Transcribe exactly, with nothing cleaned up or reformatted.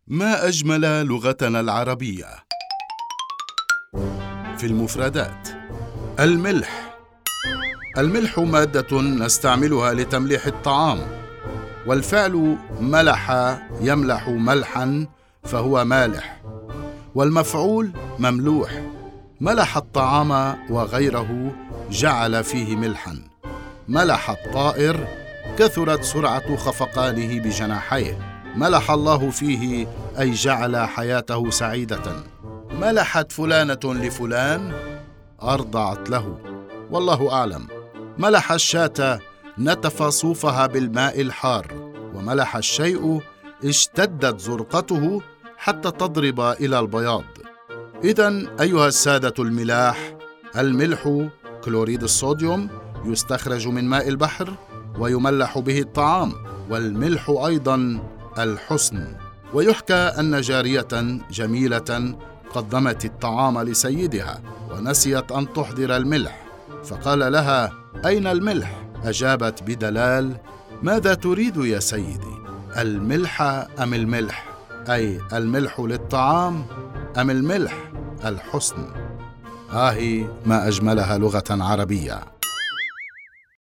ما أجمل لغتنا العربية. في المفردات: الملح. الملح مادة نستعملها لتمليح الطعام، والفعل ملح يملح ملحا فهو مالح، والمفعول مملوح. ملح الطعام وغيره جعل فيه ملحا. ملح الطائر كثرت سرعة خفقانه بجناحيه. ملح الله فيه أي جعل حياته سعيدة. ملحت فلانة لفلان أرضعت له، والله أعلم. ملح الشاة نتف صوفها بالماء الحار، وملح الشيء اشتدت زرقته حتى تضرب إلى البياض. إذن أيها السادة الملاح، الملح كلوريد الصوديوم يستخرج من ماء البحر ويملح به الطعام، والملح أيضا الحسن. ويحكى أن جارية جميلة قدمت الطعام لسيدها ونسيت أن تحضر الملح، فقال لها: أين الملح؟ أجابت بدلال: ماذا تريد يا سيدي؟ الملح أم الملح؟ أي الملح للطعام أم الملح الحسن؟ آه ما أجملها لغة عربية.